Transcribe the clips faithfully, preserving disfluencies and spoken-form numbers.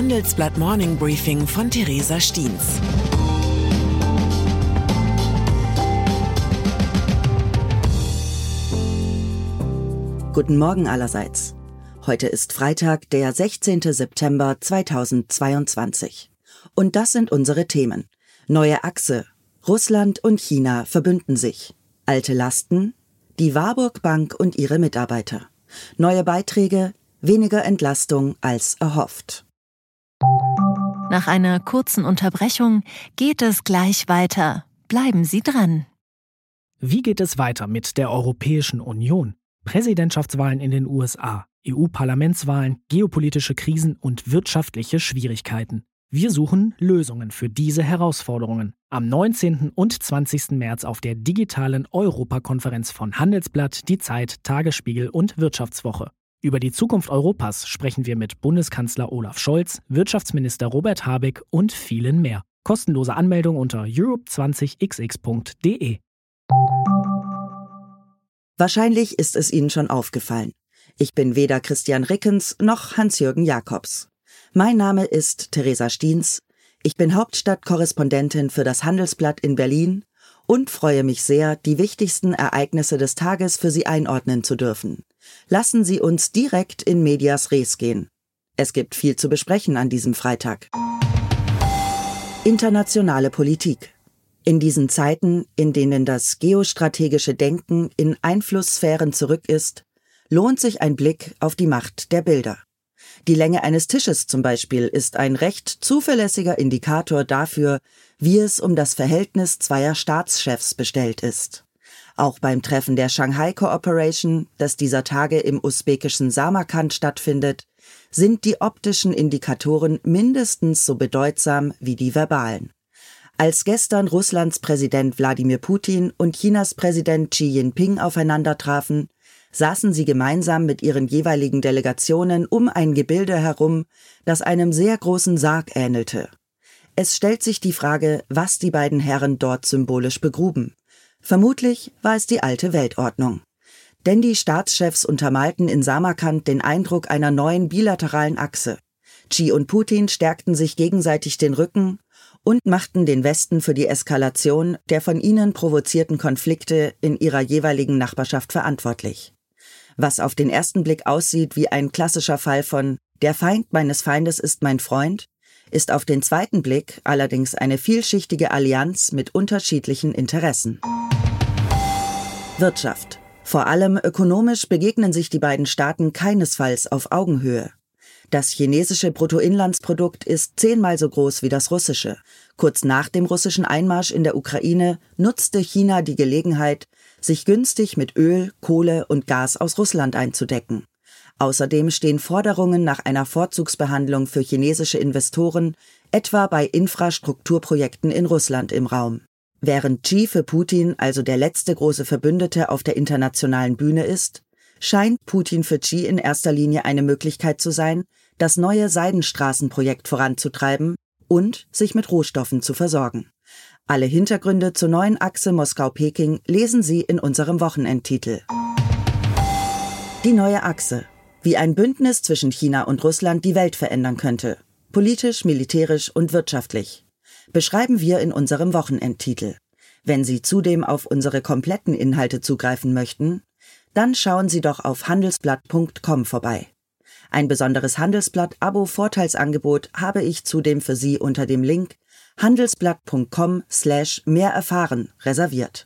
Handelsblatt Morning Briefing von Theresa Stiens. Guten Morgen allerseits. Heute ist Freitag, der sechzehnten September zweitausendzweiundzwanzig. Und das sind unsere Themen. Neue Achse. Russland und China verbünden sich. Alte Lasten. Die Warburg Bank und ihre Mitarbeiter. Neue Beiträge. Weniger Entlastung als erhofft. Nach einer kurzen Unterbrechung geht es gleich weiter. Bleiben Sie dran. Wie geht es weiter mit der Europäischen Union? Präsidentschaftswahlen in den U S A, E U-Parlamentswahlen, geopolitische Krisen und wirtschaftliche Schwierigkeiten. Wir suchen Lösungen für diese Herausforderungen. Am neunzehnten und zwanzigsten März auf der digitalen Europakonferenz von Handelsblatt, Die Zeit, Tagesspiegel und Wirtschaftswoche. Über die Zukunft Europas sprechen wir mit Bundeskanzler Olaf Scholz, Wirtschaftsminister Robert Habeck und vielen mehr. Kostenlose Anmeldung unter europe zwanzig x x punkt d e. Wahrscheinlich ist es Ihnen schon aufgefallen. Ich bin weder Christian Rickens noch Hans-Jürgen Jakobs. Mein Name ist Theresa Stiens. Ich bin Hauptstadtkorrespondentin für das Handelsblatt in Berlin und freue mich sehr, die wichtigsten Ereignisse des Tages für Sie einordnen zu dürfen. Lassen Sie uns direkt in medias res gehen. Es gibt viel zu besprechen an diesem Freitag. Internationale Politik. In diesen Zeiten, in denen das geostrategische Denken in Einflusssphären zurück ist, lohnt sich ein Blick auf die Macht der Bilder. Die Länge eines Tisches zum Beispiel ist ein recht zuverlässiger Indikator dafür, wie es um das Verhältnis zweier Staatschefs bestellt ist. Auch beim Treffen der Shanghai Cooperation, das dieser Tage im usbekischen Samarkand stattfindet, sind die optischen Indikatoren mindestens so bedeutsam wie die verbalen. Als gestern Russlands Präsident Wladimir Putin und Chinas Präsident Xi Jinping aufeinander trafen, saßen sie gemeinsam mit ihren jeweiligen Delegationen um ein Gebilde herum, das einem sehr großen Sarg ähnelte. Es stellt sich die Frage, was die beiden Herren dort symbolisch begruben. Vermutlich war es die alte Weltordnung. Denn die Staatschefs untermalten in Samarkand den Eindruck einer neuen bilateralen Achse. Xi und Putin stärkten sich gegenseitig den Rücken und machten den Westen für die Eskalation der von ihnen provozierten Konflikte in ihrer jeweiligen Nachbarschaft verantwortlich. Was auf den ersten Blick aussieht wie ein klassischer Fall von »Der Feind meines Feindes ist mein Freund«, ist auf den zweiten Blick allerdings eine vielschichtige Allianz mit unterschiedlichen Interessen. Wirtschaft. Vor allem ökonomisch begegnen sich die beiden Staaten keinesfalls auf Augenhöhe. Das chinesische Bruttoinlandsprodukt ist zehnmal so groß wie das russische. Kurz nach dem russischen Einmarsch in der Ukraine nutzte China die Gelegenheit, sich günstig mit Öl, Kohle und Gas aus Russland einzudecken. Außerdem stehen Forderungen nach einer Vorzugsbehandlung für chinesische Investoren, etwa bei Infrastrukturprojekten in Russland im Raum. Während Xi für Putin also der letzte große Verbündete auf der internationalen Bühne ist, scheint Putin für Xi in erster Linie eine Möglichkeit zu sein, das neue Seidenstraßenprojekt voranzutreiben und sich mit Rohstoffen zu versorgen. Alle Hintergründe zur neuen Achse Moskau-Peking lesen Sie in unserem Wochenendtitel. Die neue Achse. Wie ein Bündnis zwischen China und Russland die Welt verändern könnte. Politisch, militärisch und wirtschaftlich. Beschreiben wir in unserem Wochenendtitel. Wenn Sie zudem auf unsere kompletten Inhalte zugreifen möchten, dann schauen Sie doch auf handelsblatt punkt com vorbei. Ein besonderes Handelsblatt-Abo-Vorteilsangebot habe ich zudem für Sie unter dem Link handelsblatt punkt com slash mehr erfahren reserviert.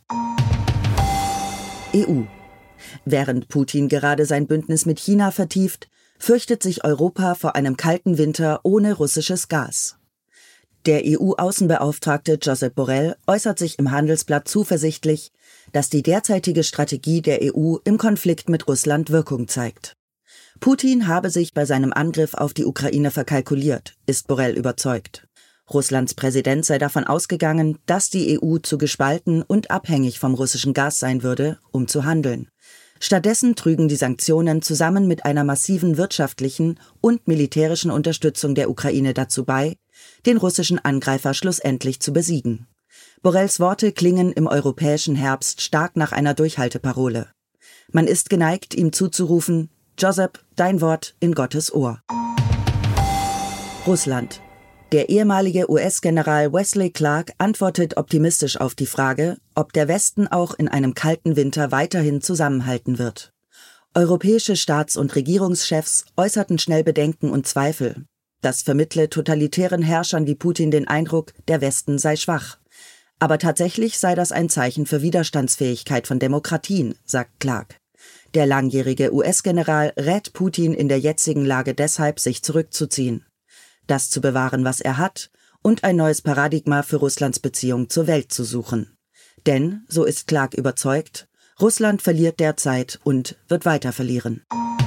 E U. Während Putin gerade sein Bündnis mit China vertieft, fürchtet sich Europa vor einem kalten Winter ohne russisches Gas. Der E U-Außenbeauftragte Josep Borrell äußert sich im Handelsblatt zuversichtlich, dass die derzeitige Strategie der E U im Konflikt mit Russland Wirkung zeigt. Putin habe sich bei seinem Angriff auf die Ukraine verkalkuliert, ist Borrell überzeugt. Russlands Präsident sei davon ausgegangen, dass die E U zu gespalten und abhängig vom russischen Gas sein würde, um zu handeln. Stattdessen trügen die Sanktionen zusammen mit einer massiven wirtschaftlichen und militärischen Unterstützung der Ukraine dazu bei, den russischen Angreifer schlussendlich zu besiegen. Borrells Worte klingen im europäischen Herbst stark nach einer Durchhalteparole. Man ist geneigt, ihm zuzurufen: Josep, dein Wort in Gottes Ohr. Russland. Der ehemalige U S-General Wesley Clark antwortet optimistisch auf die Frage, ob der Westen auch in einem kalten Winter weiterhin zusammenhalten wird. Europäische Staats- und Regierungschefs äußerten schnell Bedenken und Zweifel. Das vermittle totalitären Herrschern wie Putin den Eindruck, der Westen sei schwach. Aber tatsächlich sei das ein Zeichen für Widerstandsfähigkeit von Demokratien, sagt Clark. Der langjährige U S-General rät Putin in der jetzigen Lage deshalb, sich zurückzuziehen. Das zu bewahren, was er hat, und ein neues Paradigma für Russlands Beziehung zur Welt zu suchen. Denn, so ist Clark überzeugt, Russland verliert derzeit und wird weiter verlieren.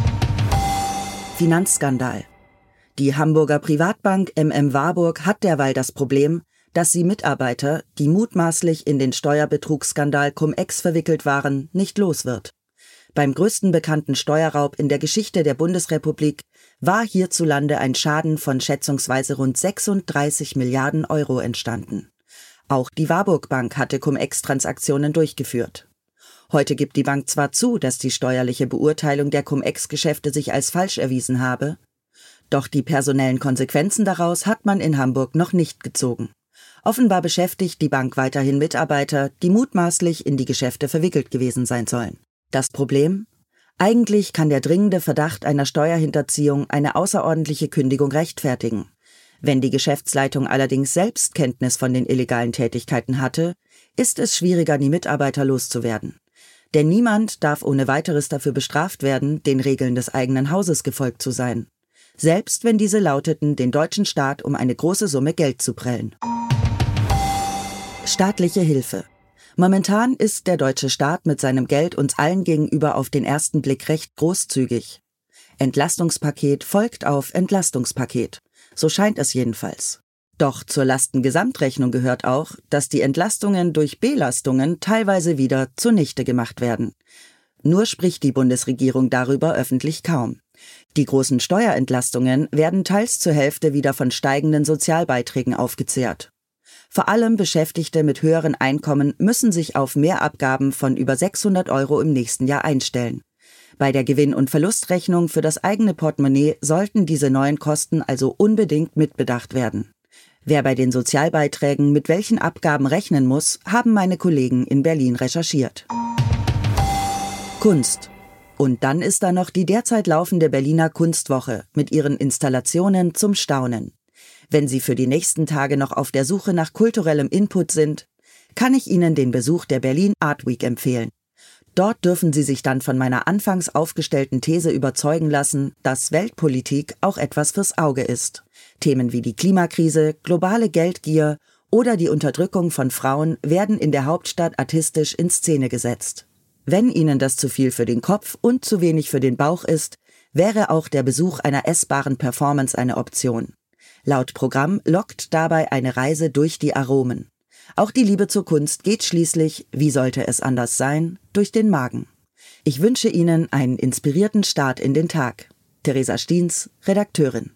Finanzskandal. Die Hamburger Privatbank M M Warburg hat derweil das Problem, dass sie Mitarbeiter, die mutmaßlich in den Steuerbetrugsskandal Cum-Ex verwickelt waren, nicht los wird. Beim größten bekannten Steuerraub in der Geschichte der Bundesrepublik war hierzulande ein Schaden von schätzungsweise rund sechsunddreißig Milliarden Euro entstanden. Auch die Warburg Bank hatte Cum-Ex-Transaktionen durchgeführt. Heute gibt die Bank zwar zu, dass die steuerliche Beurteilung der Cum-Ex-Geschäfte sich als falsch erwiesen habe, doch die personellen Konsequenzen daraus hat man in Hamburg noch nicht gezogen. Offenbar beschäftigt die Bank weiterhin Mitarbeiter, die mutmaßlich in die Geschäfte verwickelt gewesen sein sollen. Das Problem? Eigentlich kann der dringende Verdacht einer Steuerhinterziehung eine außerordentliche Kündigung rechtfertigen. Wenn die Geschäftsleitung allerdings selbst Kenntnis von den illegalen Tätigkeiten hatte, ist es schwieriger, die Mitarbeiter loszuwerden. Denn niemand darf ohne weiteres dafür bestraft werden, den Regeln des eigenen Hauses gefolgt zu sein. Selbst wenn diese lauteten, den deutschen Staat um eine große Summe Geld zu prellen. Staatliche Hilfe. Momentan ist der deutsche Staat mit seinem Geld uns allen gegenüber auf den ersten Blick recht großzügig. Entlastungspaket folgt auf Entlastungspaket. So scheint es jedenfalls. Doch zur Lastengesamtrechnung gehört auch, dass die Entlastungen durch Belastungen teilweise wieder zunichte gemacht werden. Nur spricht die Bundesregierung darüber öffentlich kaum. Die großen Steuerentlastungen werden teils zur Hälfte wieder von steigenden Sozialbeiträgen aufgezehrt. Vor allem Beschäftigte mit höheren Einkommen müssen sich auf Mehrabgaben von über sechshundert Euro im nächsten Jahr einstellen. Bei der Gewinn- und Verlustrechnung für das eigene Portemonnaie sollten diese neuen Kosten also unbedingt mitbedacht werden. Wer bei den Sozialbeiträgen mit welchen Abgaben rechnen muss, haben meine Kollegen in Berlin recherchiert. Kunst. Und dann ist da noch die derzeit laufende Berliner Kunstwoche mit ihren Installationen zum Staunen. Wenn Sie für die nächsten Tage noch auf der Suche nach kulturellem Input sind, kann ich Ihnen den Besuch der Berlin Art Week empfehlen. Dort dürfen Sie sich dann von meiner anfangs aufgestellten These überzeugen lassen, dass Weltpolitik auch etwas fürs Auge ist. Themen wie die Klimakrise, globale Geldgier oder die Unterdrückung von Frauen werden in der Hauptstadt artistisch in Szene gesetzt. Wenn Ihnen das zu viel für den Kopf und zu wenig für den Bauch ist, wäre auch der Besuch einer essbaren Performance eine Option. Laut Programm lockt dabei eine Reise durch die Aromen. Auch die Liebe zur Kunst geht schließlich, wie sollte es anders sein, durch den Magen. Ich wünsche Ihnen einen inspirierten Start in den Tag. Theresa Stiens, Redakteurin.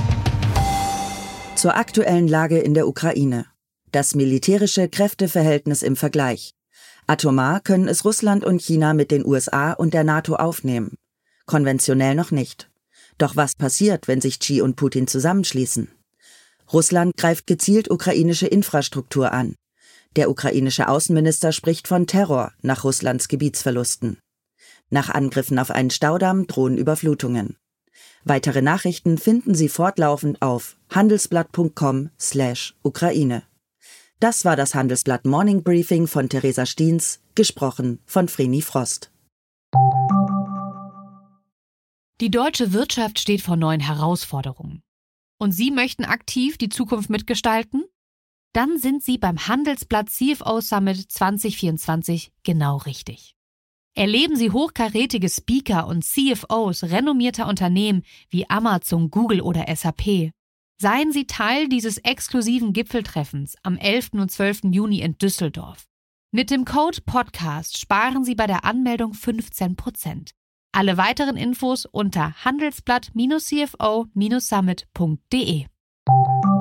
Zur aktuellen Lage in der Ukraine. Das militärische Kräfteverhältnis im Vergleich. Atomar können es Russland und China mit den U S A und der NATO aufnehmen. Konventionell noch nicht. Doch was passiert, wenn sich Xi und Putin zusammenschließen? Russland greift gezielt ukrainische Infrastruktur an. Der ukrainische Außenminister spricht von Terror nach Russlands Gebietsverlusten. Nach Angriffen auf einen Staudamm drohen Überflutungen. Weitere Nachrichten finden Sie fortlaufend auf handelsblatt punkt com slash Ukraine. Das war das Handelsblatt Morning Briefing von Theresa Stiens, gesprochen von Vreni Frost. Die deutsche Wirtschaft steht vor neuen Herausforderungen. Und Sie möchten aktiv die Zukunft mitgestalten? Dann sind Sie beim Handelsblatt C F O Summit zwanzig vierundzwanzig genau richtig. Erleben Sie hochkarätige Speaker und C F Os renommierter Unternehmen wie Amazon, Google oder S A P. Seien Sie Teil dieses exklusiven Gipfeltreffens am elften und zwölften Juni in Düsseldorf. Mit dem Code Podcast sparen Sie bei der Anmeldung fünfzehn Prozent. Alle weiteren Infos unter handelsblatt Bindestrich c f o Bindestrich summit punkt de.